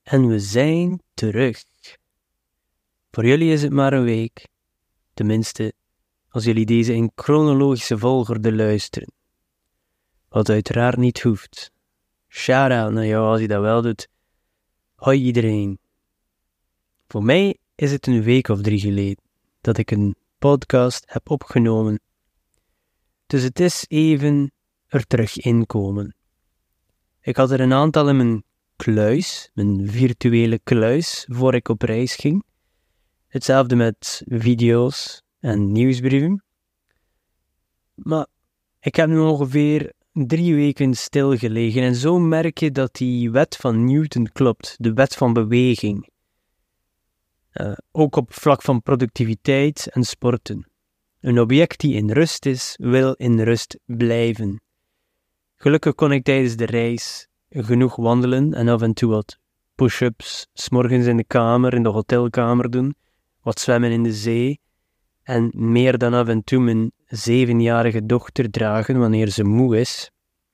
En we zijn terug. Voor jullie is het maar een week. Tenminste, als jullie deze in chronologische volgorde luisteren. Wat uiteraard niet hoeft. Shout-out naar jou als je dat wel doet. Hoi iedereen. Voor mij is het een week of 3 geleden dat ik een podcast heb opgenomen. Dus het is even er terug inkomen. Ik had er een aantal in mijn kluis, mijn virtuele kluis, voor ik op reis ging. Hetzelfde met video's en nieuwsbrieven. Maar ik heb nu ongeveer 3 weken stilgelegen en zo merk je dat die wet van Newton klopt, de wet van beweging. Ook op vlak van productiviteit en sporten. Een object die in rust is, wil in rust blijven. Gelukkig kon ik tijdens de reis genoeg wandelen en af en toe wat push-ups, 's morgens in de hotelkamer doen, wat zwemmen in de zee en meer dan af en toe mijn 7-jarige dochter dragen wanneer ze moe is.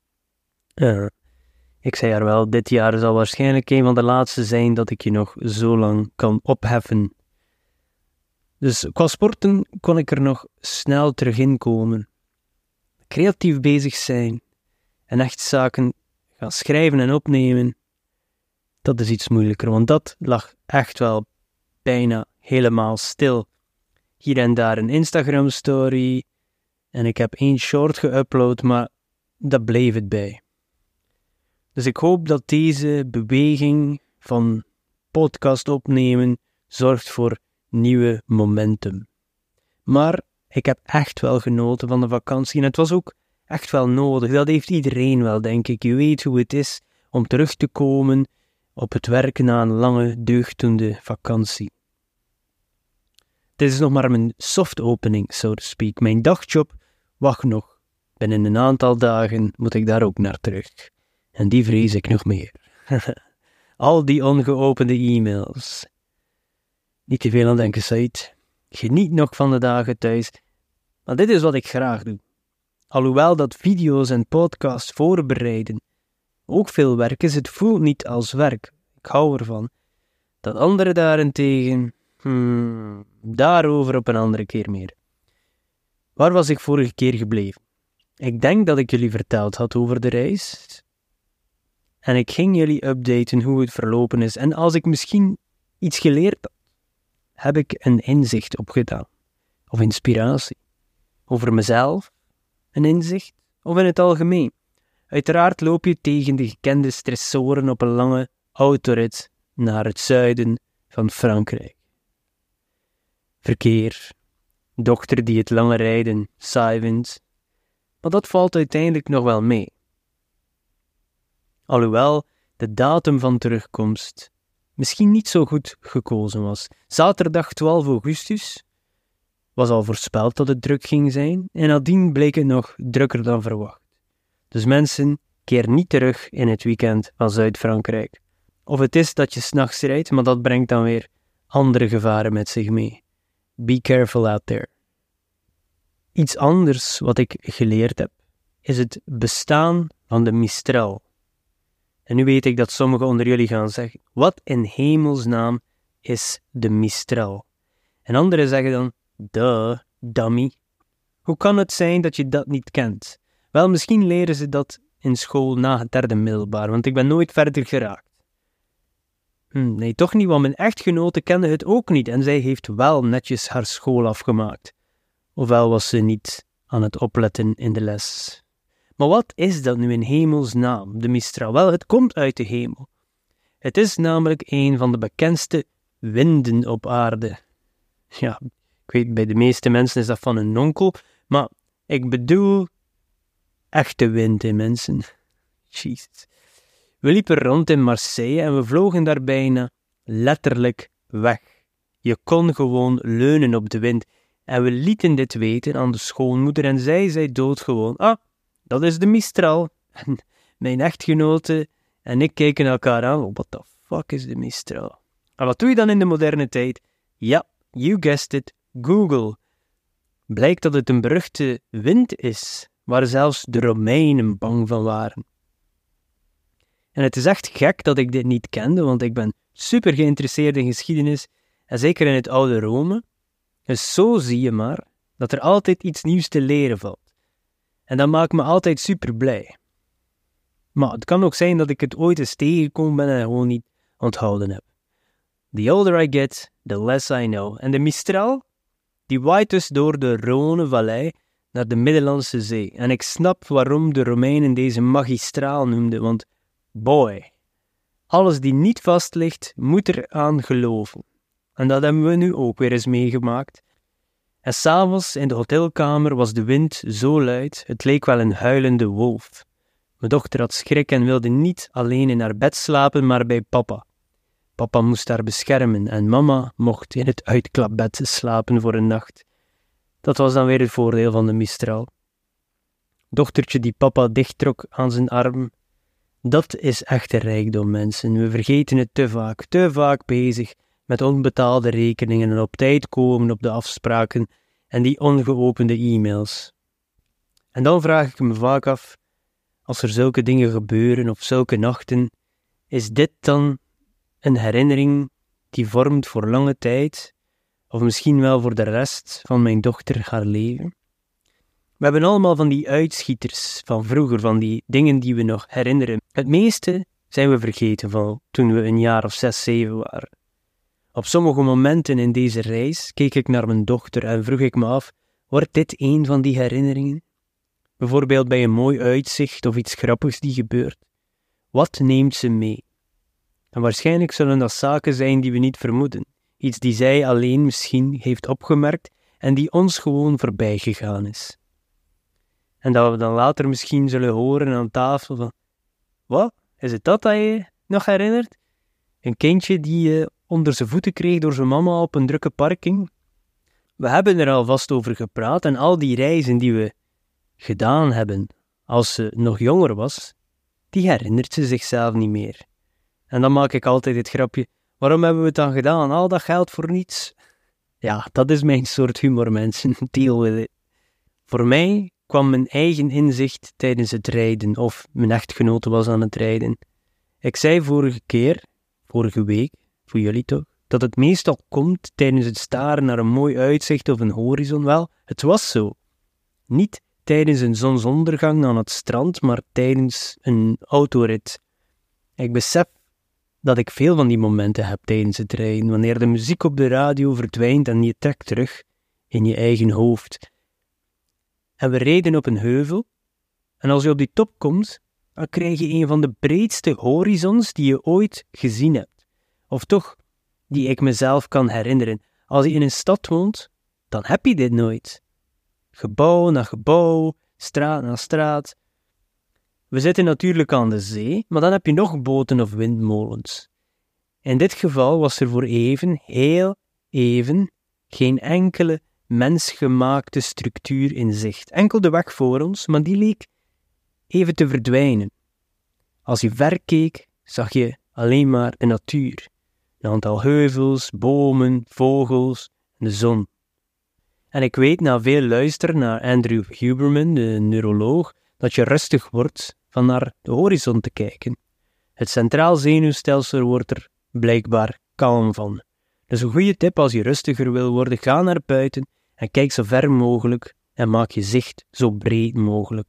Ik zei haar wel, dit jaar zal waarschijnlijk een van de laatste zijn dat ik je nog zo lang kan opheffen. Dus qua sporten kon ik er nog snel terug in komen. Creatief bezig zijn en echt zaken gaan schrijven en opnemen, dat is iets moeilijker, want dat lag echt wel bijna helemaal stil. Hier en daar een Instagram-story en ik heb 1 short geüpload, maar dat bleef het bij. Dus ik hoop dat deze beweging van podcast opnemen zorgt voor nieuwe momentum. Maar ik heb echt wel genoten van de vakantie en het was ook echt wel nodig. Dat heeft iedereen wel, denk ik. Je weet hoe het is om terug te komen op het werk na een lange, deugdoende vakantie. Dit is nog maar mijn soft opening, so to speak. Mijn dagjob wacht nog. Binnen een aantal dagen moet ik daar ook naar terug. En die vrees ik nog meer. Al die ongeopende e-mails. Niet te veel aan denken, Said. Geniet nog van de dagen thuis. Maar dit is wat ik graag doe. Alhoewel dat video's en podcasts voorbereiden ook veel werk is, het voelt niet als werk. Ik hou ervan. Dat andere daarentegen, daarover op een andere keer meer. Waar was ik vorige keer gebleven? Ik denk dat ik jullie verteld had over de reis. En ik ging jullie updaten hoe het verlopen is. En als ik misschien iets geleerd had, heb ik een inzicht opgedaan. Of inspiratie. Over mezelf, een inzicht, of in het algemeen. Uiteraard loop je tegen de gekende stressoren op een lange autorit naar het zuiden van Frankrijk. Verkeer, dochter die het lange rijden saai vindt, maar dat valt uiteindelijk nog wel mee. Alhoewel de datum van terugkomst misschien niet zo goed gekozen was. Zaterdag 12 augustus was al voorspeld dat het druk ging zijn en nadien bleek het nog drukker dan verwacht. Dus mensen, keer niet terug in het weekend van Zuid-Frankrijk. Of het is dat je 's nachts rijdt, maar dat brengt dan weer andere gevaren met zich mee. Be careful out there. Iets anders wat ik geleerd heb, is het bestaan van de Mistral. En nu weet ik dat sommigen onder jullie gaan zeggen, wat in hemelsnaam is de Mistral? En anderen zeggen dan, duh, dummy. Hoe kan het zijn dat je dat niet kent? Wel, misschien leren ze dat in school na het 3e middelbaar, want ik ben nooit verder geraakt. Nee, toch niet, want mijn echtgenote kende het ook niet en zij heeft wel netjes haar school afgemaakt. Ofwel was ze niet aan het opletten in de les. Maar wat is dat nu in hemelsnaam, de Mistral? Wel, het komt uit de hemel. Het is namelijk een van de bekendste winden op aarde. Ja, ik weet, bij de meeste mensen is dat van een onkel, maar ik bedoel echte wind, hè, mensen. Jezus. We liepen rond in Marseille en we vlogen daar bijna letterlijk weg. Je kon gewoon leunen op de wind. En we lieten dit weten aan de schoonmoeder en zij zei doodgewoon, dat is de Mistral. En mijn echtgenote en ik keken elkaar aan, what the fuck is de Mistral? En wat doe je dan in de moderne tijd? Ja, you guessed it, Google. Blijkt dat het een beruchte wind is, waar zelfs de Romeinen bang van waren. En het is echt gek dat ik dit niet kende, want ik ben super geïnteresseerd in geschiedenis, en zeker in het oude Rome. Dus zo zie je maar dat er altijd iets nieuws te leren valt. En dat maakt me altijd super blij. Maar het kan ook zijn dat ik het ooit eens tegengekomen ben en gewoon niet onthouden heb. The older I get, the less I know. En de Mistral, die waait dus door de Rhône-vallei naar de Middellandse Zee. En ik snap waarom de Romeinen deze magistraal noemden, want boy, alles die niet vast ligt, moet er aan geloven. En dat hebben we nu ook weer eens meegemaakt. En 's avonds in de hotelkamer was de wind zo luid, het leek wel een huilende wolf. Mijn dochter had schrik en wilde niet alleen in haar bed slapen, maar bij papa. Papa moest haar beschermen en mama mocht in het uitklapbed slapen voor een nacht. Dat was dan weer het voordeel van de Mistral. Dochtertje die papa dichttrok aan zijn arm. Dat is echte rijkdom, mensen. We vergeten het te vaak bezig met onbetaalde rekeningen en op tijd komen op de afspraken en die ongeopende e-mails. En dan vraag ik me vaak af, als er zulke dingen gebeuren of zulke nachten, is dit dan een herinnering die vormt voor lange tijd, of misschien wel voor de rest van mijn dochter haar leven? We hebben allemaal van die uitschieters van vroeger, van die dingen die we nog herinneren. Het meeste zijn we vergeten van toen we een jaar of 6, 7 waren. Op sommige momenten in deze reis keek ik naar mijn dochter en vroeg ik me af, wordt dit een van die herinneringen? Bijvoorbeeld bij een mooi uitzicht of iets grappigs die gebeurt. Wat neemt ze mee? En waarschijnlijk zullen dat zaken zijn die we niet vermoeden. Iets die zij alleen misschien heeft opgemerkt en die ons gewoon voorbij gegaan is. En dat we dan later misschien zullen horen aan tafel van, wat? Is het dat je nog herinnert? Een kindje die onder zijn voeten kreeg door zijn mama op een drukke parking? We hebben er alvast over gepraat en al die reizen die we gedaan hebben als ze nog jonger was, die herinnert ze zichzelf niet meer. En dan maak ik altijd het grapje, waarom hebben we het dan gedaan? Al dat geld voor niets? Ja, dat is mijn soort humor, mensen. Deal with it. Voor mij kwam mijn eigen inzicht tijdens het rijden, of mijn echtgenote was aan het rijden. Ik zei vorige week, voor jullie toch, dat het meestal komt tijdens het staren naar een mooi uitzicht of een horizon. Wel, het was zo. Niet tijdens een zonsondergang aan het strand, maar tijdens een autorit. Ik besef dat ik veel van die momenten heb tijdens het rijden, wanneer de muziek op de radio verdwijnt en je trekt terug in je eigen hoofd. En we rijden op een heuvel, en als je op die top komt, dan krijg je een van de breedste horizons die je ooit gezien hebt. Of toch, die ik mezelf kan herinneren. Als je in een stad woont, dan heb je dit nooit. Gebouw na gebouw, straat na straat. We zitten natuurlijk aan de zee, maar dan heb je nog boten of windmolens. In dit geval was er voor heel even, geen enkele mensgemaakte structuur in zicht. Enkel de weg voor ons, maar die leek even te verdwijnen. Als je ver keek, zag je alleen maar de natuur. Een aantal heuvels, bomen, vogels en de zon. En ik weet na veel luisteren naar Andrew Huberman, de neuroloog, dat je rustig wordt van naar de horizon te kijken. Het centraal zenuwstelsel wordt er blijkbaar kalm van. Dus een goede tip als je rustiger wil worden, ga naar buiten en kijk zo ver mogelijk en maak je zicht zo breed mogelijk.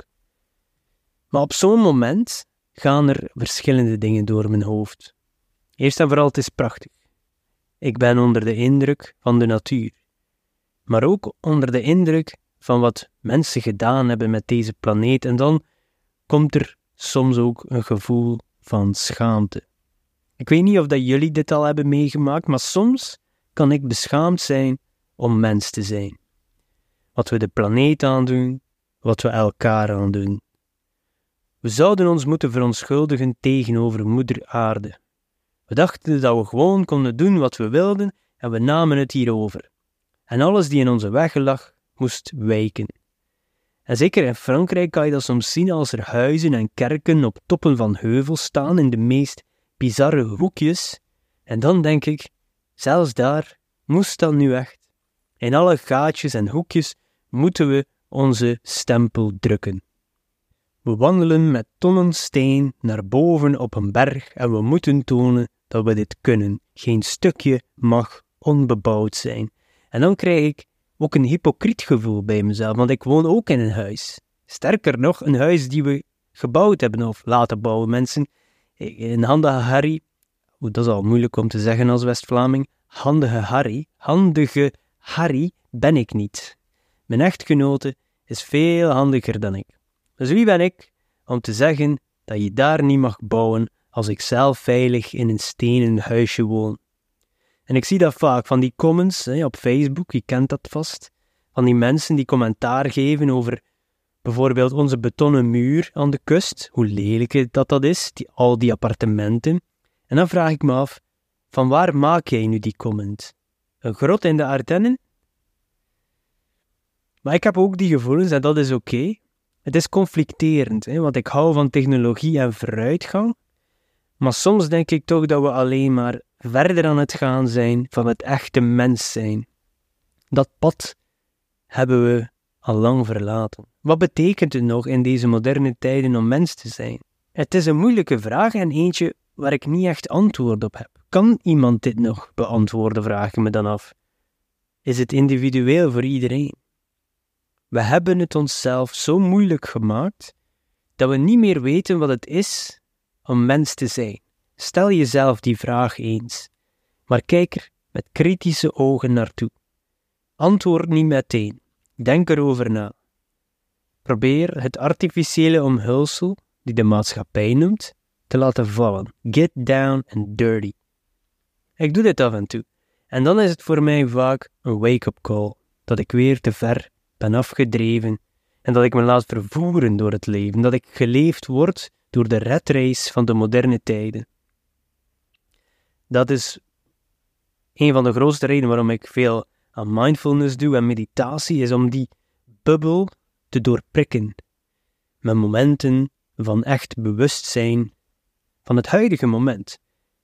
Maar op zo'n moment gaan er verschillende dingen door mijn hoofd. Eerst en vooral, het is prachtig. Ik ben onder de indruk van de natuur. Maar ook onder de indruk van wat mensen gedaan hebben met deze planeet. En dan komt er soms ook een gevoel van schaamte. Ik weet niet of dat jullie dit al hebben meegemaakt, maar soms kan ik beschaamd zijn om mens te zijn. Wat we de planeet aandoen, wat we elkaar aandoen. We zouden ons moeten verontschuldigen tegenover moeder aarde. We dachten dat we gewoon konden doen wat we wilden en we namen het hierover. En alles die in onze weg lag, moest wijken. En zeker in Frankrijk kan je dat soms zien als er huizen en kerken op toppen van heuvels staan in de meest bizarre hoekjes. En dan denk ik, zelfs daar moest dat nu echt. In alle gaatjes en hoekjes moeten we onze stempel drukken. We wandelen met tonnen steen naar boven op een berg en we moeten tonen dat we dit kunnen. Geen stukje mag onbebouwd zijn. En dan krijg ik ook een hypocriet gevoel bij mezelf, want ik woon ook in een huis. Sterker nog, een huis die we gebouwd hebben of laten bouwen. Mensen, een handige Harry, dat is al moeilijk om te zeggen als West-Vlaming, handige Harry ben ik niet. Mijn echtgenote is veel handiger dan ik. Dus wie ben ik om te zeggen dat je daar niet mag bouwen als ik zelf veilig in een stenen huisje woon? En ik zie dat vaak van die comments op Facebook, je kent dat vast, van die mensen die commentaar geven over bijvoorbeeld onze betonnen muur aan de kust, hoe lelijk dat is, al die appartementen. En dan vraag ik me af, van waar maak jij nu die comment? Een grot in de Ardennen? Maar ik heb ook die gevoelens en dat is oké. Het is conflicterend, want ik hou van technologie en vooruitgang. Maar soms denk ik toch dat we alleen maar verder aan het gaan zijn van het echte mens zijn. Dat pad hebben we al lang verlaten. Wat betekent het nog in deze moderne tijden om mens te zijn? Het is een moeilijke vraag en eentje waar ik niet echt antwoord op heb. Kan iemand dit nog beantwoorden, vraag ik me dan af. Is het individueel voor iedereen? We hebben het onszelf zo moeilijk gemaakt dat we niet meer weten wat het is om mens te zijn. Stel jezelf die vraag eens, maar kijk er met kritische ogen naartoe. Antwoord niet meteen, denk erover na. Probeer het artificiële omhulsel, die de maatschappij noemt, te laten vallen. Get down and dirty. Ik doe dit af en toe. En dan is het voor mij vaak een wake-up call, dat ik weer te ver ben afgedreven en dat ik me laat vervoeren door het leven, dat ik geleefd word door de redrace van de moderne tijden. Dat is een van de grootste redenen waarom ik veel aan mindfulness doe en meditatie, is om die bubbel te doorprikken met momenten van echt bewustzijn van het huidige moment.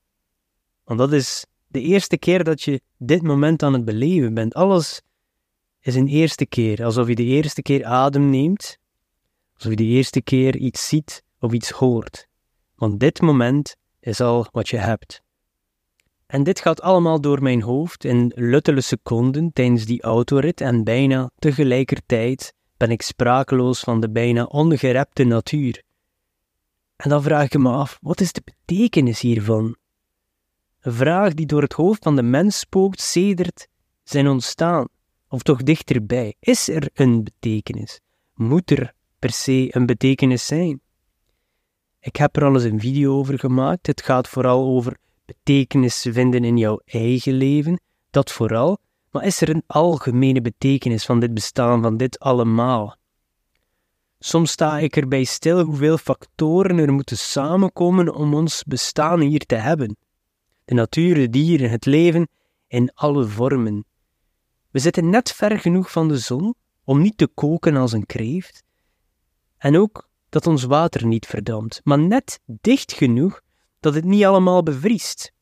Want dat is de eerste keer dat je dit moment aan het beleven bent. Alles is een eerste keer, alsof je de eerste keer adem neemt, alsof je de eerste keer iets ziet of iets hoort. Want dit moment is al wat je hebt. En dit gaat allemaal door mijn hoofd in luttele seconden tijdens die autorit en bijna tegelijkertijd ben ik sprakeloos van de bijna ongerepte natuur. En dan vraag ik me af, wat is de betekenis hiervan? Een vraag die door het hoofd van de mens spookt sedert zijn ontstaan, of toch dichterbij. Is er een betekenis? Moet er per se een betekenis zijn? Ik heb er al eens een video over gemaakt. Het gaat vooral over betekenis vinden in jouw eigen leven, dat vooral. Maar is er een algemene betekenis van dit bestaan, van dit allemaal? Soms sta ik erbij stil hoeveel factoren er moeten samenkomen om ons bestaan hier te hebben. De natuur, de dieren, het leven in alle vormen. We zitten net ver genoeg van de zon om niet te koken als een kreeft. En ook dat ons water niet verdampt, maar net dicht genoeg dat het niet allemaal bevriest.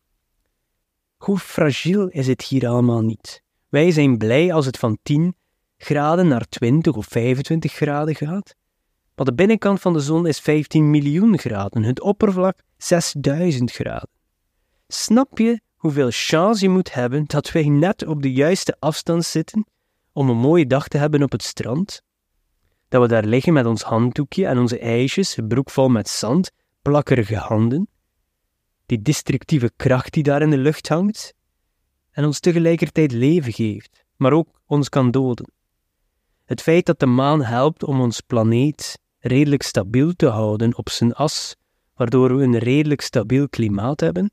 Hoe fragiel is het hier allemaal niet? Wij zijn blij als het van 10 graden naar 20 of 25 graden gaat. Maar de binnenkant van de zon is 15 miljoen graden, het oppervlak 6000 graden. Snap je hoeveel chance je moet hebben dat wij net op de juiste afstand zitten om een mooie dag te hebben op het strand? Dat we daar liggen met ons handdoekje en onze ijsjes, een broek vol met zand, plakkerige handen, die destructieve kracht die daar in de lucht hangt, en ons tegelijkertijd leven geeft, maar ook ons kan doden. Het feit dat de maan helpt om ons planeet redelijk stabiel te houden op zijn as, waardoor we een redelijk stabiel klimaat hebben.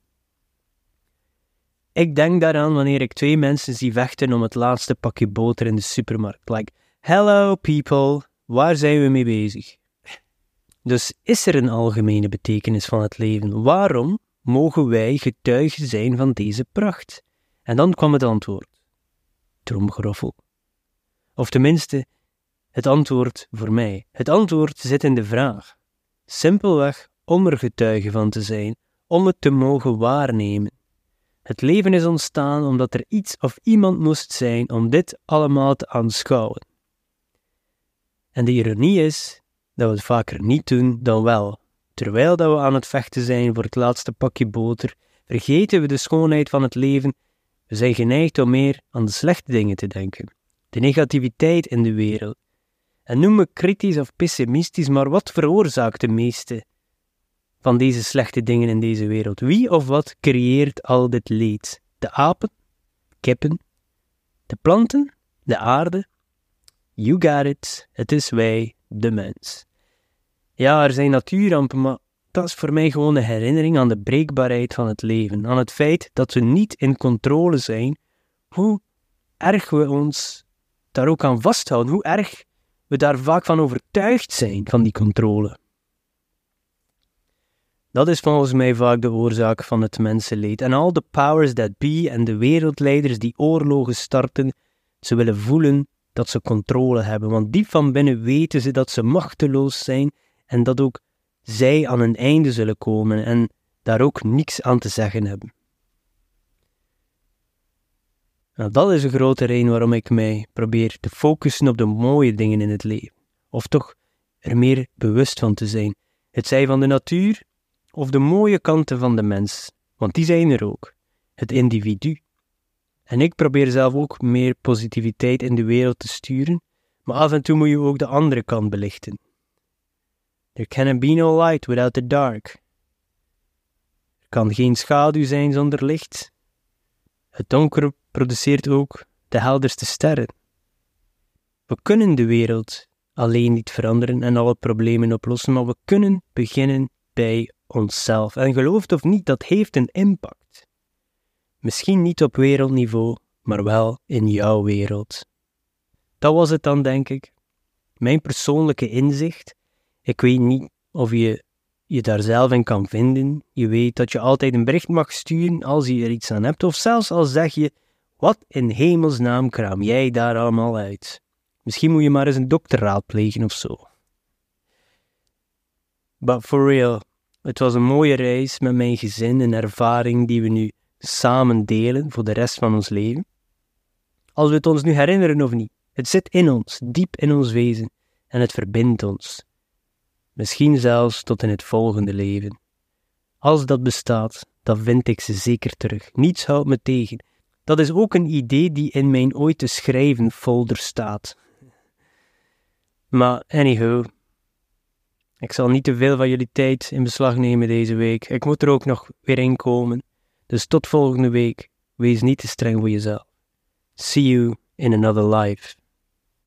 Ik denk daaraan wanneer ik 2 mensen zie vechten om het laatste pakje boter in de supermarkt. Like, hello people, waar zijn we mee bezig? Dus is er een algemene betekenis van het leven? Waarom mogen wij getuigen zijn van deze pracht? En dan kwam het antwoord. Tromgeroffel. Of tenminste, het antwoord voor mij. Het antwoord zit in de vraag. Simpelweg om er getuige van te zijn, om het te mogen waarnemen. Het leven is ontstaan omdat er iets of iemand moest zijn om dit allemaal te aanschouwen. En de ironie is dat we het vaker niet doen dan wel. Terwijl dat we aan het vechten zijn voor het laatste pakje boter, vergeten we de schoonheid van het leven. We zijn geneigd om meer aan de slechte dingen te denken, de negativiteit in de wereld. En noem me kritisch of pessimistisch, maar wat veroorzaakt de meeste van deze slechte dingen in deze wereld? Wie of wat creëert al dit leed? De apen? Kippen? De planten? De aarde? You got it. Het is wij, de mens. Ja, er zijn natuurrampen, maar dat is voor mij gewoon een herinnering aan de breekbaarheid van het leven, aan het feit dat we niet in controle zijn, hoe erg we ons daar ook aan vasthouden, hoe erg we daar vaak van overtuigd zijn, van die controle. Dat is volgens mij vaak de oorzaak van het mensenleed. En al de powers that be en de wereldleiders die oorlogen starten, ze willen voelen dat ze controle hebben, want diep van binnen weten ze dat ze machteloos zijn en dat ook zij aan een einde zullen komen en daar ook niks aan te zeggen hebben. Nou, dat is een grote reden waarom ik mij probeer te focussen op de mooie dingen in het leven, of toch er meer bewust van te zijn. Het zij van de natuur of de mooie kanten van de mens, want die zijn er ook, het individu. En ik probeer zelf ook meer positiviteit in de wereld te sturen, maar af en toe moet je ook de andere kant belichten. There can be no light without the dark. Er kan geen schaduw zijn zonder licht. Het donker produceert ook de helderste sterren. We kunnen de wereld alleen niet veranderen en alle problemen oplossen, maar we kunnen beginnen bij onszelf. En geloof het of niet, dat heeft een impact. Misschien niet op wereldniveau, maar wel in jouw wereld. Dat was het dan, denk ik. Mijn persoonlijke inzicht. Ik weet niet of je je daar zelf in kan vinden. Je weet dat je altijd een bericht mag sturen als je er iets aan hebt. Of zelfs al zeg je, wat in hemelsnaam kraam jij daar allemaal uit? Misschien moet je maar eens een dokter raadplegen of zo. But for real, het was een mooie reis met mijn gezin, een ervaring die we nu samen delen voor de rest van ons leven. Als we het ons nu herinneren of niet, het zit in ons, diep in ons wezen, en het verbindt ons. Misschien zelfs tot in het volgende leven. Als dat bestaat, dan vind ik ze zeker terug. Niets houdt me tegen. Dat is ook een idee die in mijn ooit te schrijven folder staat. Maar anyhow, ik zal niet te veel van jullie tijd in beslag nemen deze week. Ik moet er ook nog weer in komen. Dus tot volgende week. Wees niet te streng voor jezelf. See you in another life.